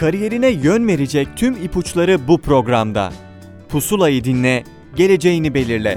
Kariyerine yön verecek tüm ipuçları bu programda. Pusulayı dinle, geleceğini belirle.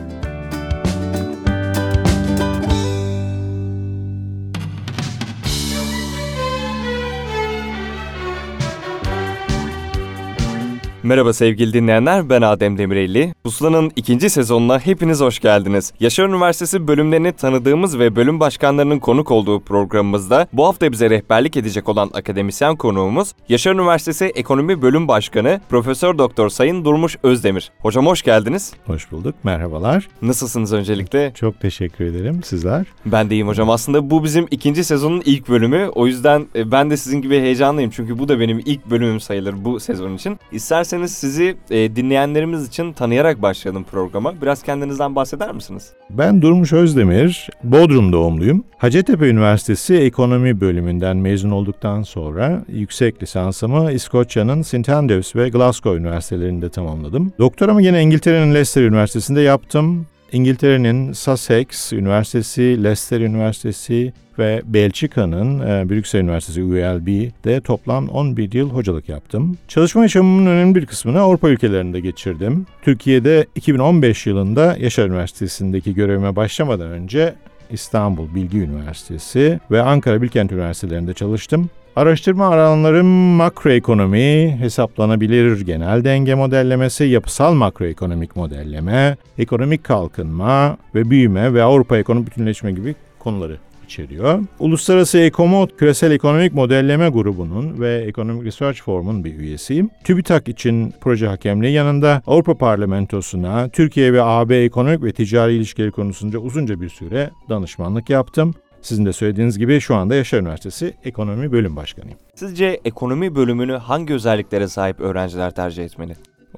Merhaba sevgili dinleyenler, ben Adem Demirelli. Pusula'nın 2. sezonuna hepiniz hoş geldiniz. Yaşar Üniversitesi bölümlerini tanıdığımız ve bölüm başkanlarının konuk olduğu programımızda bu hafta bize rehberlik edecek olan akademisyen konuğumuz Yaşar Üniversitesi Ekonomi Bölüm Başkanı Profesör Doktor Sayın Durmuş Özdemir. Hocam hoş geldiniz. Hoş bulduk, merhabalar. Nasılsınız öncelikle? Çok teşekkür ederim, sizler? Ben de iyiyim hocam. Aslında bu bizim 2. sezonun ilk bölümü. O yüzden ben de sizin gibi heyecanlıyım. Çünkü bu da benim ilk bölümüm sayılır bu sezon için. İsterseniz sizi dinleyenlerimiz için tanıyarak başlayalım programa. Biraz kendinizden bahseder misiniz? Ben Durmuş Özdemir, Bodrum doğumluyum. Hacettepe Üniversitesi Ekonomi Bölümünden mezun olduktan sonra yüksek lisansımı İskoçya'nın St. Andrews ve Glasgow Üniversitelerinde tamamladım. Doktoramı yine İngiltere'nin Leicester Üniversitesi'nde yaptım. İngiltere'nin Sussex Üniversitesi, Leicester Üniversitesi ve Belçika'nın Brüksel Üniversitesi ULB'de toplam 11 yıl hocalık yaptım. Çalışma yaşamımın önemli bir kısmını Avrupa ülkelerinde geçirdim. Türkiye'de 2015 yılında Yaşar Üniversitesi'ndeki görevime başlamadan önce İstanbul Bilgi Üniversitesi ve Ankara Bilkent Üniversitelerinde çalıştım. Araştırma alanlarım makroekonomi, hesaplanabilir genel denge modellemesi, yapısal makroekonomik modelleme, ekonomik kalkınma ve büyüme ve Avrupa ekonomik bütünleşme gibi konuları içeriyor. Uluslararası ECOMOD, Küresel Ekonomik Modelleme Grubu'nun ve Economic Research Forum'un bir üyesiyim. TÜBİTAK için proje hakemliği yanında Avrupa Parlamentosu'na Türkiye ve AB ekonomik ve ticari ilişkileri konusunda uzunca bir süre danışmanlık yaptım. Sizin de söylediğiniz gibi şu anda Yaşar Üniversitesi Ekonomi Bölüm Başkanıyım. Sizce ekonomi bölümünü hangi özelliklere sahip öğrenciler tercih etmeli?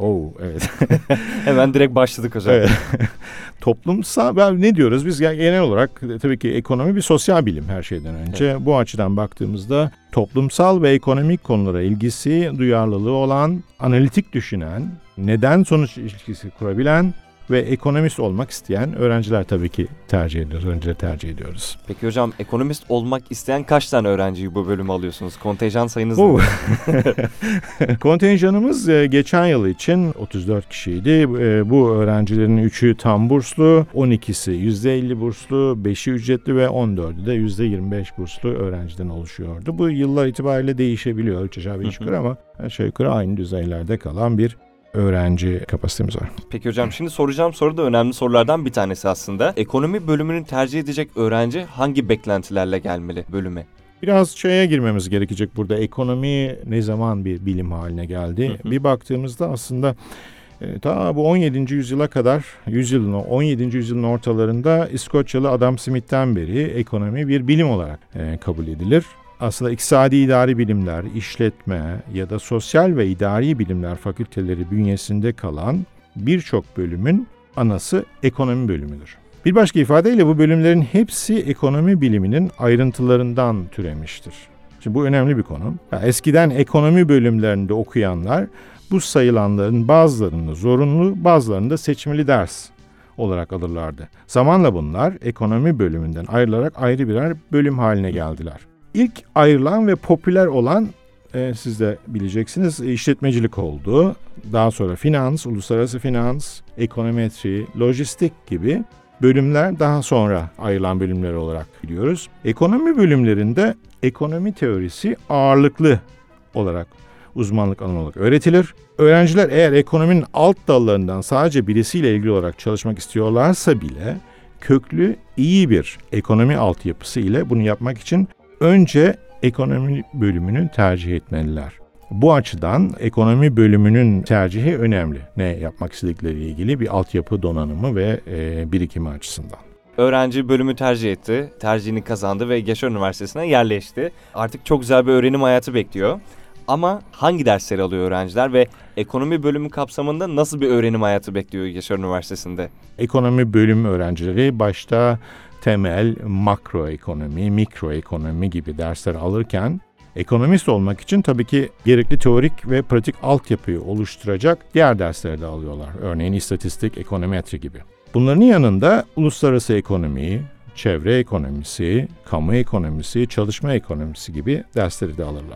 Evet. Hemen direkt başladık hocam. Evet. Toplumsal, ne diyoruz biz genel olarak tabii ki ekonomi bir sosyal bilim her şeyden önce. Evet. Bu açıdan baktığımızda toplumsal ve ekonomik konulara ilgisi, duyarlılığı olan, analitik düşünen, neden sonuç ilişkisi kurabilen ve ekonomist olmak isteyen öğrenciler tabii ki öğrencileri tercih ediyoruz. Peki hocam, ekonomist olmak isteyen kaç tane öğrenciyi bu bölüme alıyorsunuz? Kontenjan sayınız ne? Kontenjanımız geçen yıl için 34 kişiydi. Bu öğrencilerin 3'ü tam burslu, 12'si %50 burslu, 5'i ücretli ve 14'ü de %25 burslu öğrenciden oluşuyordu. Bu yıllar itibariyle değişebiliyor. 3 aşağı 5 yukarı ama aşağı yukarı aynı düzeylerde kalan bir öğrenci kapasitemiz var. Peki hocam, şimdi soracağım soru da önemli sorulardan bir tanesi aslında. Ekonomi bölümünü tercih edecek öğrenci hangi beklentilerle gelmeli bölüme? Biraz girmemiz gerekecek burada. Ekonomi ne zaman bir bilim haline geldi? Bir baktığımızda aslında ta bu 17. yüzyıla kadar, 17. yüzyılın ortalarında İskoçyalı Adam Smith'ten beri ekonomi bir bilim olarak kabul edilir. Aslında iktisadi idari bilimler, işletme ya da sosyal ve idari bilimler fakülteleri bünyesinde kalan birçok bölümün anası ekonomi bölümüdür. Bir başka ifadeyle bu bölümlerin hepsi ekonomi biliminin ayrıntılarından türemiştir. Şimdi bu önemli bir konu. Eskiden ekonomi bölümlerinde okuyanlar bu sayılanların bazılarını zorunlu, bazılarını da seçmeli ders olarak alırlardı. Zamanla bunlar ekonomi bölümünden ayrılarak ayrı birer bölüm haline geldiler. İlk ayrılan ve popüler olan siz de bileceksiniz işletmecilik oldu. Daha sonra finans, uluslararası finans, ekonometri, lojistik gibi bölümler daha sonra ayrılan bölümler olarak biliyoruz. Ekonomi bölümlerinde ekonomi teorisi ağırlıklı olarak uzmanlık alanı olarak öğretilir. Öğrenciler eğer ekonominin alt dallarından sadece birisiyle ilgili olarak çalışmak istiyorlarsa bile köklü iyi bir ekonomi altyapısı ile bunu yapmak için önce ekonomi bölümünü tercih etmeliler. Bu açıdan ekonomi bölümünün tercihi önemli. Ne yapmak istedikleriyle ilgili bir altyapı donanımı ve birikimi açısından. Öğrenci bölümü tercih etti, tercihini kazandı ve Yaşar Üniversitesi'ne yerleşti. Artık çok güzel bir öğrenim hayatı bekliyor. Ama hangi dersleri alıyor öğrenciler ve ekonomi bölümü kapsamında nasıl bir öğrenim hayatı bekliyor Yaşar Üniversitesi'nde? Ekonomi bölümü öğrencileri başta temel makroekonomi, mikroekonomi gibi dersler alırken ekonomist olmak için tabii ki gerekli teorik ve pratik altyapıyı oluşturacak diğer dersleri de alıyorlar. Örneğin istatistik, ekonometri gibi. Bunların yanında uluslararası ekonomi, çevre ekonomisi, kamu ekonomisi, çalışma ekonomisi gibi dersleri de alırlar.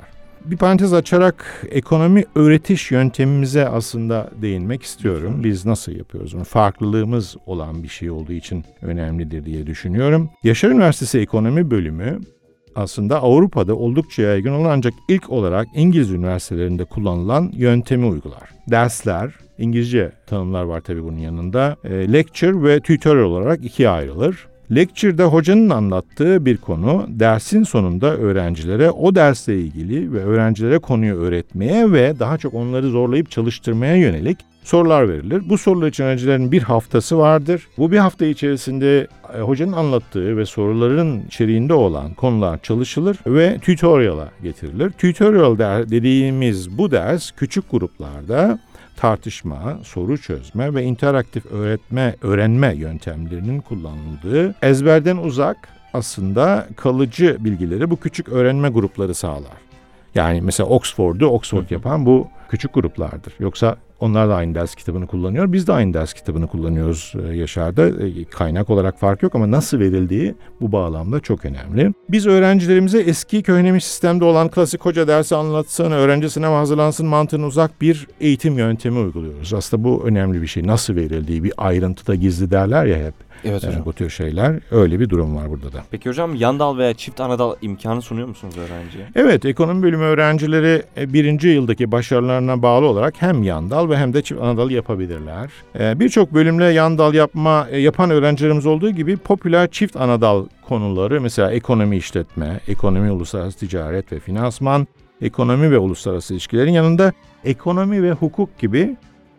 bir parantez açarak ekonomi öğretiş yöntemimize aslında değinmek istiyorum. Biz nasıl yapıyoruz bunu? Farklılığımız olan bir şey olduğu için önemlidir diye düşünüyorum. Yaşar Üniversitesi Ekonomi Bölümü aslında Avrupa'da oldukça yaygın olan ancak ilk olarak İngiliz üniversitelerinde kullanılan yöntemi uygular. Dersler, İngilizce tanımlar var tabii bunun yanında, lecture ve tutorial olarak ikiye ayrılır. Lecture'da hocanın anlattığı bir konu, dersin sonunda öğrencilere o dersle ilgili ve öğrencilere konuyu öğretmeye ve daha çok onları zorlayıp çalıştırmaya yönelik sorular verilir. Bu sorular için öğrencilerin bir haftası vardır. Bu bir hafta içerisinde hocanın anlattığı ve soruların içeriğinde olan konular çalışılır ve tutorial'a getirilir. Tutorial dediğimiz bu ders küçük gruplarda tartışma, soru çözme ve interaktif öğrenme yöntemlerinin kullanıldığı, ezberden uzak aslında kalıcı bilgileri bu küçük öğrenme grupları sağlar. Yani mesela Oxford yapan bu küçük gruplardır. Yoksa onlar da aynı ders kitabını kullanıyor. Biz de aynı ders kitabını kullanıyoruz Yaşar'da. Kaynak olarak fark yok ama nasıl verildiği bu bağlamda çok önemli. Biz öğrencilerimize eski köynemiş sistemde olan klasik hoca dersi anlatsın, öğrenci sınava hazırlansın mantığına uzak bir eğitim yöntemi uyguluyoruz. Aslında bu önemli bir şey. Nasıl verildiği bir ayrıntıda gizli derler ya hep. Evet hocam. Bu tür şeyler. Öyle bir durum var burada da. Peki hocam yan dal veya çift ana dal imkanı sunuyor musunuz öğrenciye? Evet, ekonomi bölümü öğrencileri birinci yıldaki başarılarına bağlı olarak hem yan dal ve hem de çift ana dal yapabilirler. Birçok bölümle yan dal yapan öğrencilerimiz olduğu gibi popüler çift ana dal konuları mesela ekonomi işletme, ekonomi uluslararası ticaret ve finansman, ekonomi ve uluslararası ilişkilerin yanında ekonomi ve hukuk gibi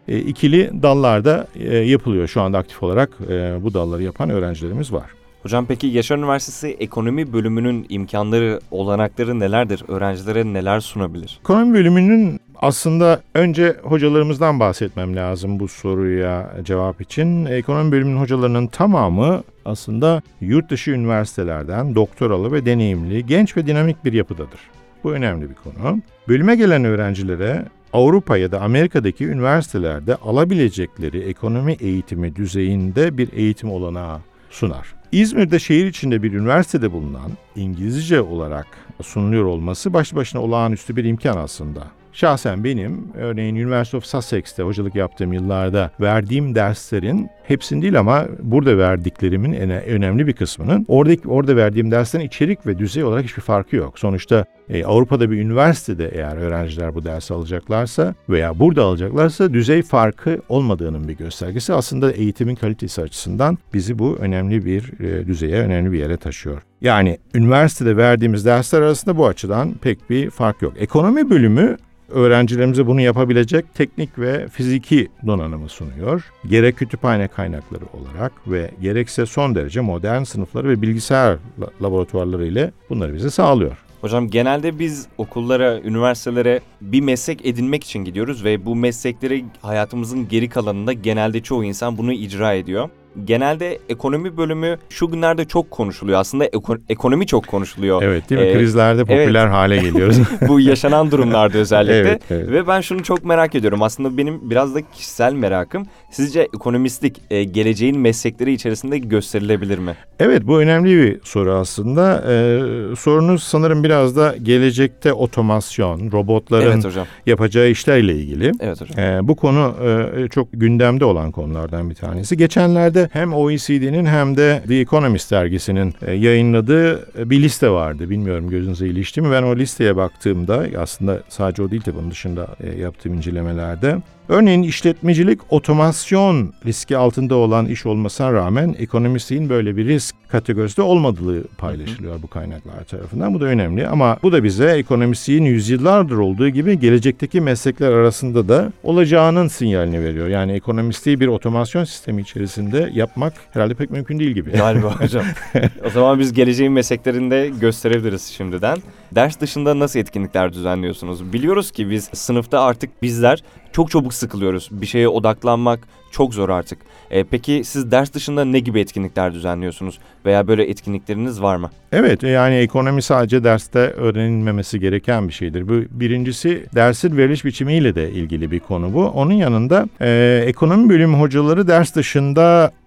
ikili dallarda yapılıyor. Şu anda aktif olarak bu dalları yapan öğrencilerimiz var. Hocam peki Yaşar Üniversitesi Ekonomi Bölümünün imkanları, olanakları nelerdir? Öğrencilere neler sunabilir? Ekonomi bölümünün aslında önce hocalarımızdan bahsetmem lazım bu soruya cevap için. Ekonomi bölümünün hocalarının tamamı aslında yurt dışı üniversitelerden doktoralı ve deneyimli, genç ve dinamik bir yapıdadır. Bu önemli bir konu. Bölüme gelen öğrencilere Avrupa ya da Amerika'daki üniversitelerde alabilecekleri ekonomi eğitimi düzeyinde bir eğitim olanağı sunar. İzmir'de şehir içinde bir üniversitede bulunan İngilizce olarak sunuluyor olması başlı başına olağanüstü bir imkan aslında. Şahsen benim örneğin University of Sussex'te hocalık yaptığım yıllarda verdiğim derslerin hepsini değil ama burada verdiklerimin önemli bir kısmının orada verdiğim derslerin içerik ve düzey olarak hiçbir farkı yok. Sonuçta Avrupa'da bir üniversitede eğer öğrenciler bu dersi alacaklarsa veya burada alacaklarsa düzey farkı olmadığının bir göstergesi. Aslında eğitimin kalitesi açısından bizi bu önemli bir düzeye, önemli bir yere taşıyor. Yani üniversitede verdiğimiz dersler arasında bu açıdan pek bir fark yok. Ekonomi bölümü öğrencilerimize bunu yapabilecek teknik ve fiziki donanımı sunuyor. Gerek kütüphane kaynakları olarak ve gerekse son derece modern sınıfları ve bilgisayar laboratuvarları ile bunları bize sağlıyor. Hocam genelde biz okullara, üniversitelere bir meslek edinmek için gidiyoruz ve bu meslekleri hayatımızın geri kalanında genelde çoğu insan bunu icra ediyor. Genelde ekonomi bölümü şu günlerde çok konuşuluyor. Aslında ekonomi çok konuşuluyor. Evet değil mi? Krizlerde popüler hale geliyoruz. Bu yaşanan durumlarda özellikle. Evet. Ve ben şunu çok merak ediyorum. Aslında benim biraz da kişisel merakım. Sizce ekonomistlik geleceğin meslekleri içerisinde gösterilebilir mi? Evet, bu önemli bir soru aslında. Sorunuz sanırım biraz da gelecekte otomasyon, robotların yapacağı işlerle ilgili. Evet hocam. Bu konu çok gündemde olan konulardan bir tanesi. Geçenlerde hem OECD'nin hem de The Economist dergisinin yayınladığı bir liste vardı. Bilmiyorum gözünüze ilişti mi? Ben o listeye baktığımda aslında sadece o değil de bunun dışında yaptığım incelemelerde örneğin işletmecilik otomasyon riski altında olan iş olmasına rağmen ekonomistliğin böyle bir risk kategorisinde olmadığı paylaşılıyor bu kaynaklar tarafından. Bu da önemli ama bu da bize ekonomistliğin yüzyıllardır olduğu gibi gelecekteki meslekler arasında da olacağının sinyalini veriyor. Yani ekonomistliği bir otomasyon sistemi içerisinde yapmak herhalde pek mümkün değil gibi. Galiba hocam. O zaman biz geleceğin mesleklerinde gösterebiliriz şimdiden. Ders dışında nasıl etkinlikler düzenliyorsunuz? Biliyoruz ki biz sınıfta artık bizler çok çabuk sıkılıyoruz. Bir şeye odaklanmak çok zor artık. Peki siz ders dışında ne gibi etkinlikler düzenliyorsunuz? Veya böyle etkinlikleriniz var mı? Evet, yani ekonomi sadece derste öğrenilmemesi gereken bir şeydir. Bu birincisi dersin veriliş biçimiyle de ilgili bir konu bu. Onun yanında ekonomi bölümü hocaları ders dışında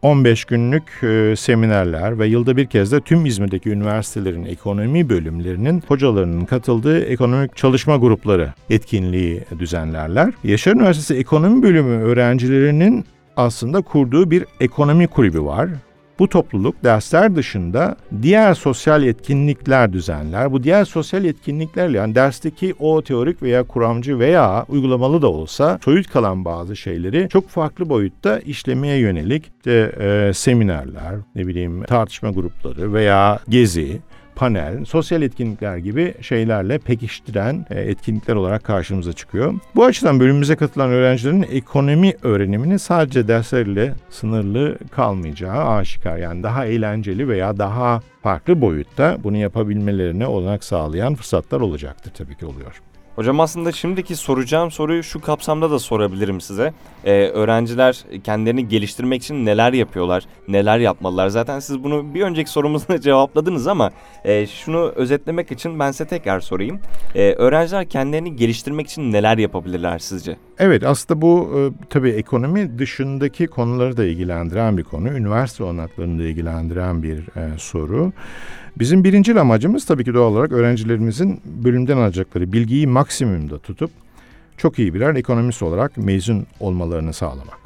15 günlük seminerler ve yılda bir kez de tüm İzmir'deki üniversitelerin ekonomi bölümlerinin hocalarının katıldığı ekonomik çalışma grupları etkinliği düzenlerler. Yaşar Üniversitesi Ekonomi Bölümü öğrencilerinin aslında kurduğu bir ekonomi kulübü var. Bu topluluk dersler dışında diğer sosyal etkinlikler düzenler. Bu diğer sosyal etkinliklerle yani dersteki o teorik veya kuramcı veya uygulamalı da olsa soyut kalan bazı şeyleri çok farklı boyutta işlemeye yönelik seminerler, tartışma grupları veya gezi, panel, sosyal etkinlikler gibi şeylerle pekiştiren etkinlikler olarak karşımıza çıkıyor. Bu açıdan bölümümüze katılan öğrencilerin ekonomi öğrenimini sadece derslerle sınırlı kalmayacağı aşikar. Yani daha eğlenceli veya daha farklı boyutta bunu yapabilmelerine olanak sağlayan fırsatlar olacaktır, tabii ki oluyor. Hocam aslında şimdiki soracağım soruyu şu kapsamda da sorabilirim size. Öğrenciler kendilerini geliştirmek için neler yapıyorlar, neler yapmalılar? Zaten siz bunu bir önceki sorumuzda cevapladınız ama şunu özetlemek için ben size tekrar sorayım. Öğrenciler kendilerini geliştirmek için neler yapabilirler sizce? Evet, aslında bu tabii ekonomi dışındaki konuları da ilgilendiren bir konu. Üniversite olanaklarını da ilgilendiren bir soru. Bizim birincil amacımız tabii ki doğal olarak öğrencilerimizin bölümden alacakları bilgiyi maksimumda tutup çok iyi birer ekonomist olarak mezun olmalarını sağlamak.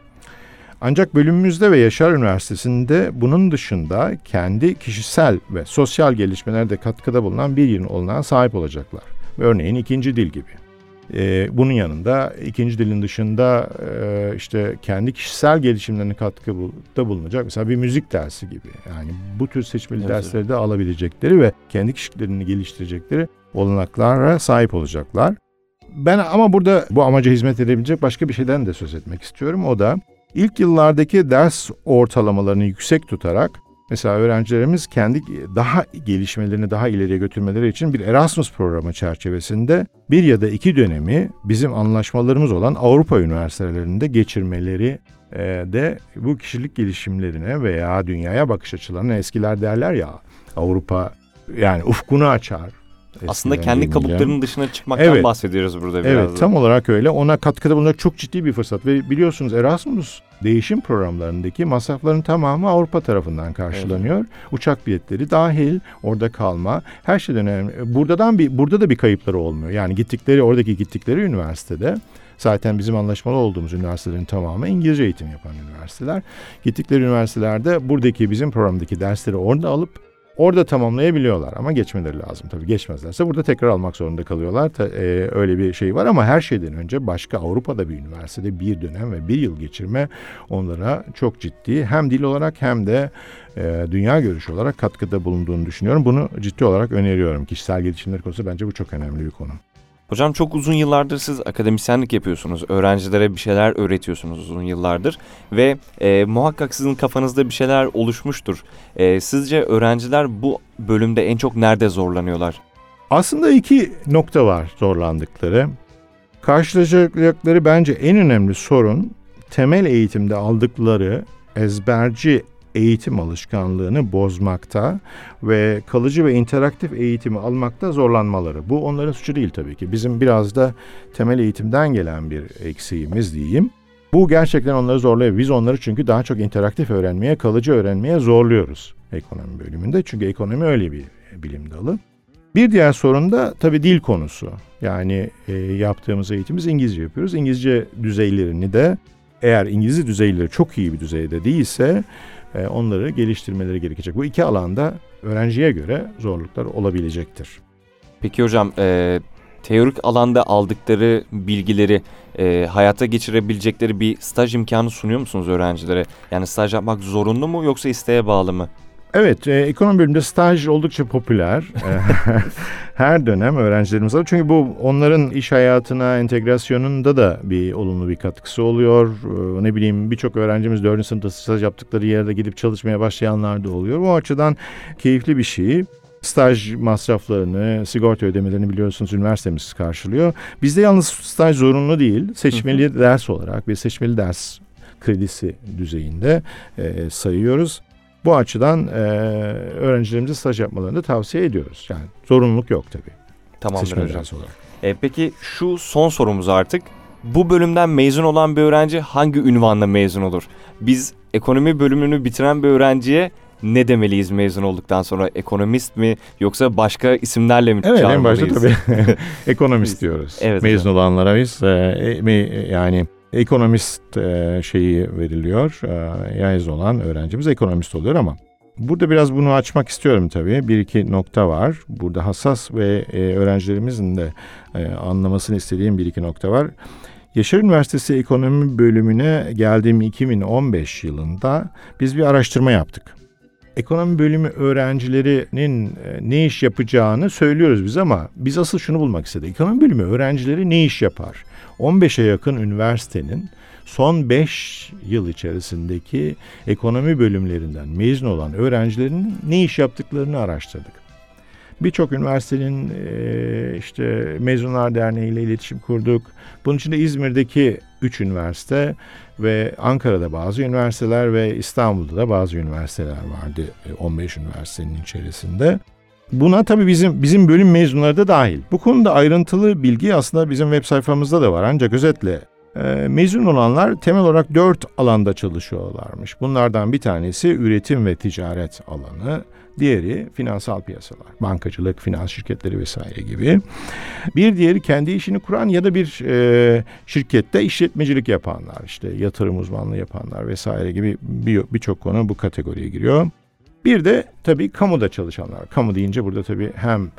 Ancak bölümümüzde ve Yaşar Üniversitesi'nde bunun dışında kendi kişisel ve sosyal gelişmelerde katkıda bulunan bir yerin olanağı sahip olacaklar. Örneğin ikinci dil gibi. Bunun yanında ikinci dilin dışında işte kendi kişisel gelişimlerine katkıda bulunacak. Mesela bir müzik dersi gibi. Yani bu tür seçmeli dersleri de alabilecekleri ve kendi kişiliklerini geliştirecekleri olanaklara sahip olacaklar. Ben ama burada bu amaca hizmet edebilecek başka bir şeyden de söz etmek istiyorum. O da ilk yıllardaki ders ortalamalarını yüksek tutarak mesela öğrencilerimiz kendi daha gelişmelerini daha ileriye götürmeleri için bir Erasmus programı çerçevesinde 1 ya da 2 dönemi bizim anlaşmalarımız olan Avrupa üniversitelerinde geçirmeleri de bu kişilik gelişimlerine veya dünyaya bakış açılarına, eskiler derler ya, Avrupa yani ufkunu açar. Aslında kendi kabuklarının dışına çıkmaktan bahsediyoruz burada biraz. Evet, tam olarak öyle. Ona katkıda bulunacak çok ciddi bir fırsat. Ve biliyorsunuz Erasmus değişim programlarındaki masrafların tamamı Avrupa tarafından karşılanıyor. Evet. Uçak biletleri dahil, orada kalma, her şeyden önemli. Burada da bir kayıpları olmuyor. Yani oradaki gittikleri üniversitede, zaten bizim anlaşmalı olduğumuz üniversitelerin tamamı İngilizce eğitim yapan üniversiteler. Gittikleri üniversitelerde buradaki bizim programdaki dersleri orada alıp orada tamamlayabiliyorlar ama geçmeleri lazım. Tabii geçmezlerse burada tekrar almak zorunda kalıyorlar. Öyle bir şey var ama her şeyden önce başka Avrupa'da bir üniversitede bir dönem ve 1 yıl geçirme onlara çok ciddi hem dil olarak hem de dünya görüşü olarak katkıda bulunduğunu düşünüyorum. Bunu ciddi olarak öneriyorum. Kişisel gelişimler konusu bence bu çok önemli bir konu. Hocam çok uzun yıllardır siz akademisyenlik yapıyorsunuz. Öğrencilere bir şeyler öğretiyorsunuz uzun yıllardır. Ve muhakkak sizin kafanızda bir şeyler oluşmuştur. Sizce öğrenciler bu bölümde en çok nerede zorlanıyorlar? Aslında 2 nokta var zorlandıkları. Karşılaşacakları bence en önemli sorun temel eğitimde aldıkları ezberci eğitim alışkanlığını bozmakta ve kalıcı ve interaktif eğitimi almakta zorlanmaları. Bu onların suçu değil tabii ki. Bizim biraz da temel eğitimden gelen bir eksiğimiz diyeyim. Bu gerçekten onları zorluyor. Biz onları çünkü daha çok interaktif öğrenmeye, kalıcı öğrenmeye zorluyoruz ekonomi bölümünde. Çünkü ekonomi öyle bir bilim dalı. Bir diğer sorun da tabii dil konusu. Yani yaptığımız eğitimimiz İngilizce yapıyoruz. İngilizce düzeylerini de eğer İngilizce düzeyleri çok iyi bir düzeyde değilse onları geliştirmeleri gerekecek. Bu 2 alanda öğrenciye göre zorluklar olabilecektir. Peki hocam, teorik alanda aldıkları bilgileri hayata geçirebilecekleri bir staj imkanı sunuyor musunuz öğrencilere? Yani staj yapmak zorunlu mu yoksa isteğe bağlı mı? Evet, ekonomi bölümünde staj oldukça popüler. Her dönem öğrencilerimiz var. Çünkü bu onların iş hayatına entegrasyonunda da bir olumlu bir katkısı oluyor. Birçok öğrencimiz 4. sınıfta staj yaptıkları yerde gidip çalışmaya başlayanlar da oluyor. Bu açıdan keyifli bir şey. Staj masraflarını, sigorta ödemelerini biliyorsunuz üniversitemiz karşılıyor. Bizde yalnız staj zorunlu değil. Seçmeli ders olarak ve seçmeli ders kredisi düzeyinde sayıyoruz. Bu açıdan öğrencilerimize staj yapmalarını da tavsiye ediyoruz. Yani zorunluluk yok tabii. Tamamdır hocam. Peki şu son sorumuz artık. Bu bölümden mezun olan bir öğrenci hangi ünvanla mezun olur? Biz ekonomi bölümünü bitiren bir öğrenciye ne demeliyiz mezun olduktan sonra? Ekonomist mi yoksa başka isimlerle mi Evet, çağırmalıyız? en başta tabii ekonomist diyoruz. Evet, mezun olanlara biz yani ekonomist şeyi veriliyor. Mezun olan öğrencimiz ekonomist oluyor ama burada biraz bunu açmak istiyorum tabii. Bir iki nokta var. Burada hassas ve öğrencilerimizin de anlamasını istediğim bir iki nokta var. Yaşar Üniversitesi Ekonomi Bölümüne geldiğim 2015 yılında biz bir araştırma yaptık. Ekonomi bölümü öğrencilerinin ne iş yapacağını söylüyoruz biz ama biz asıl şunu bulmak istedik. Ekonomi bölümü öğrencileri ne iş yapar? 15'e yakın üniversitenin son 5 yıl içerisindeki ekonomi bölümlerinden mezun olan öğrencilerin ne iş yaptıklarını araştırdık. Birçok üniversitenin işte Mezunlar Derneği ile iletişim kurduk. Bunun içinde İzmir'deki 3 üniversite ve Ankara'da bazı üniversiteler ve İstanbul'da da bazı üniversiteler vardı 15 üniversitenin içerisinde. Buna tabii bizim bölüm mezunları da dahil. Bu konuda ayrıntılı bilgi aslında bizim web sayfamızda da var ancak özetle mezun olanlar temel olarak 4 alanda çalışıyorlarmış. Bunlardan bir tanesi üretim ve ticaret alanı, diğeri finansal piyasalar, bankacılık, finans şirketleri vesaire gibi. Bir diğeri kendi işini kuran ya da bir şirkette işletmecilik yapanlar, işte yatırım uzmanlığı yapanlar vesaire gibi birçok konu bu kategoriye giriyor. Bir de tabii kamuda çalışanlar. Kamu deyince burada tabii hem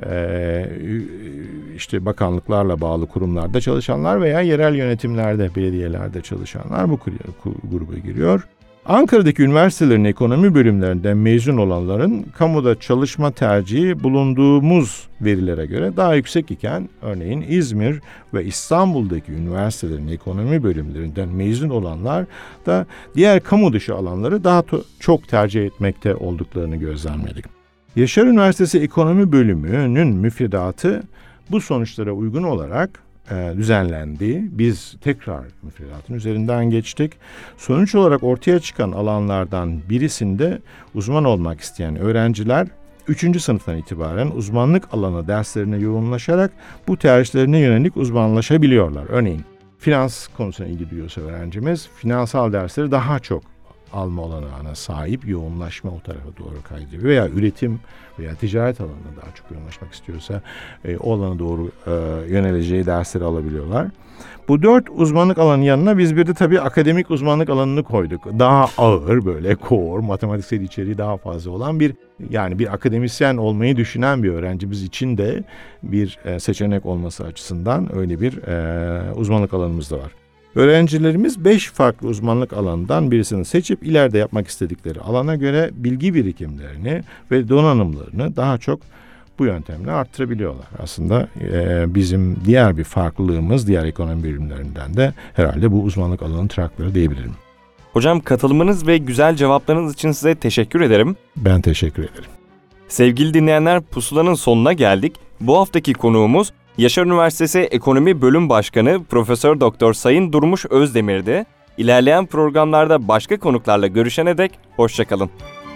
işte bakanlıklarla bağlı kurumlarda çalışanlar veya yerel yönetimlerde, belediyelerde çalışanlar bu gruba giriyor. Ankara'daki üniversitelerin ekonomi bölümlerinden mezun olanların kamuda çalışma tercihi bulunduğumuz verilere göre daha yüksek iken örneğin İzmir ve İstanbul'daki üniversitelerin ekonomi bölümlerinden mezun olanlar da diğer kamu dışı alanları daha çok tercih etmekte olduklarını gözlemledik. Yaşar Üniversitesi Ekonomi Bölümünün müfredatı bu sonuçlara uygun olarak düzenlendi. Biz tekrar müfredatın üzerinden geçtik. Sonuç olarak ortaya çıkan alanlardan birisinde uzman olmak isteyen öğrenciler 3. sınıftan itibaren uzmanlık alanı derslerine yoğunlaşarak bu tercihlerine yönelik uzmanlaşabiliyorlar. Örneğin finans konusuna ilgi duyuyorsa öğrencimiz finansal dersleri daha çok alma olanağına sahip, yoğunlaşma o tarafa doğru kaydediyor. Veya üretim veya ticaret alanına daha çok yoğunlaşmak istiyorsa o alana doğru yöneleceği dersleri alabiliyorlar. Bu 4 uzmanlık alanının yanına biz bir de tabii akademik uzmanlık alanını koyduk. Daha ağır böyle core, matematiksel içeriği daha fazla olan bir akademisyen olmayı düşünen bir öğrencimiz için de bir seçenek olması açısından öyle bir uzmanlık alanımız da var. Öğrencilerimiz 5 farklı uzmanlık alanından birisini seçip ileride yapmak istedikleri alana göre bilgi birikimlerini ve donanımlarını daha çok bu yöntemle arttırabiliyorlar. Aslında bizim diğer bir farklılığımız diğer ekonomi bölümlerinden de herhalde bu uzmanlık alanı trakları diyebilirim. Hocam katılımınız ve güzel cevaplarınız için size teşekkür ederim. Ben teşekkür ederim. Sevgili dinleyenler, Pusula'nın sonuna geldik. Bu haftaki konuğumuz Yaşar Üniversitesi Ekonomi Bölüm Başkanı Profesör Doktor Sayın Durmuş Özdemir'di. İlerleyen programlarda başka konuklarla görüşene dek hoşça kalın.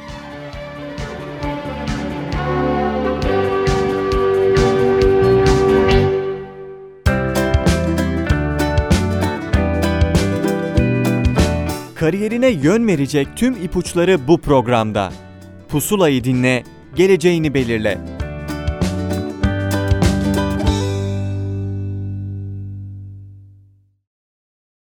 Kariyerine yön verecek tüm ipuçları bu programda. Pusula'yı dinle, geleceğini belirle.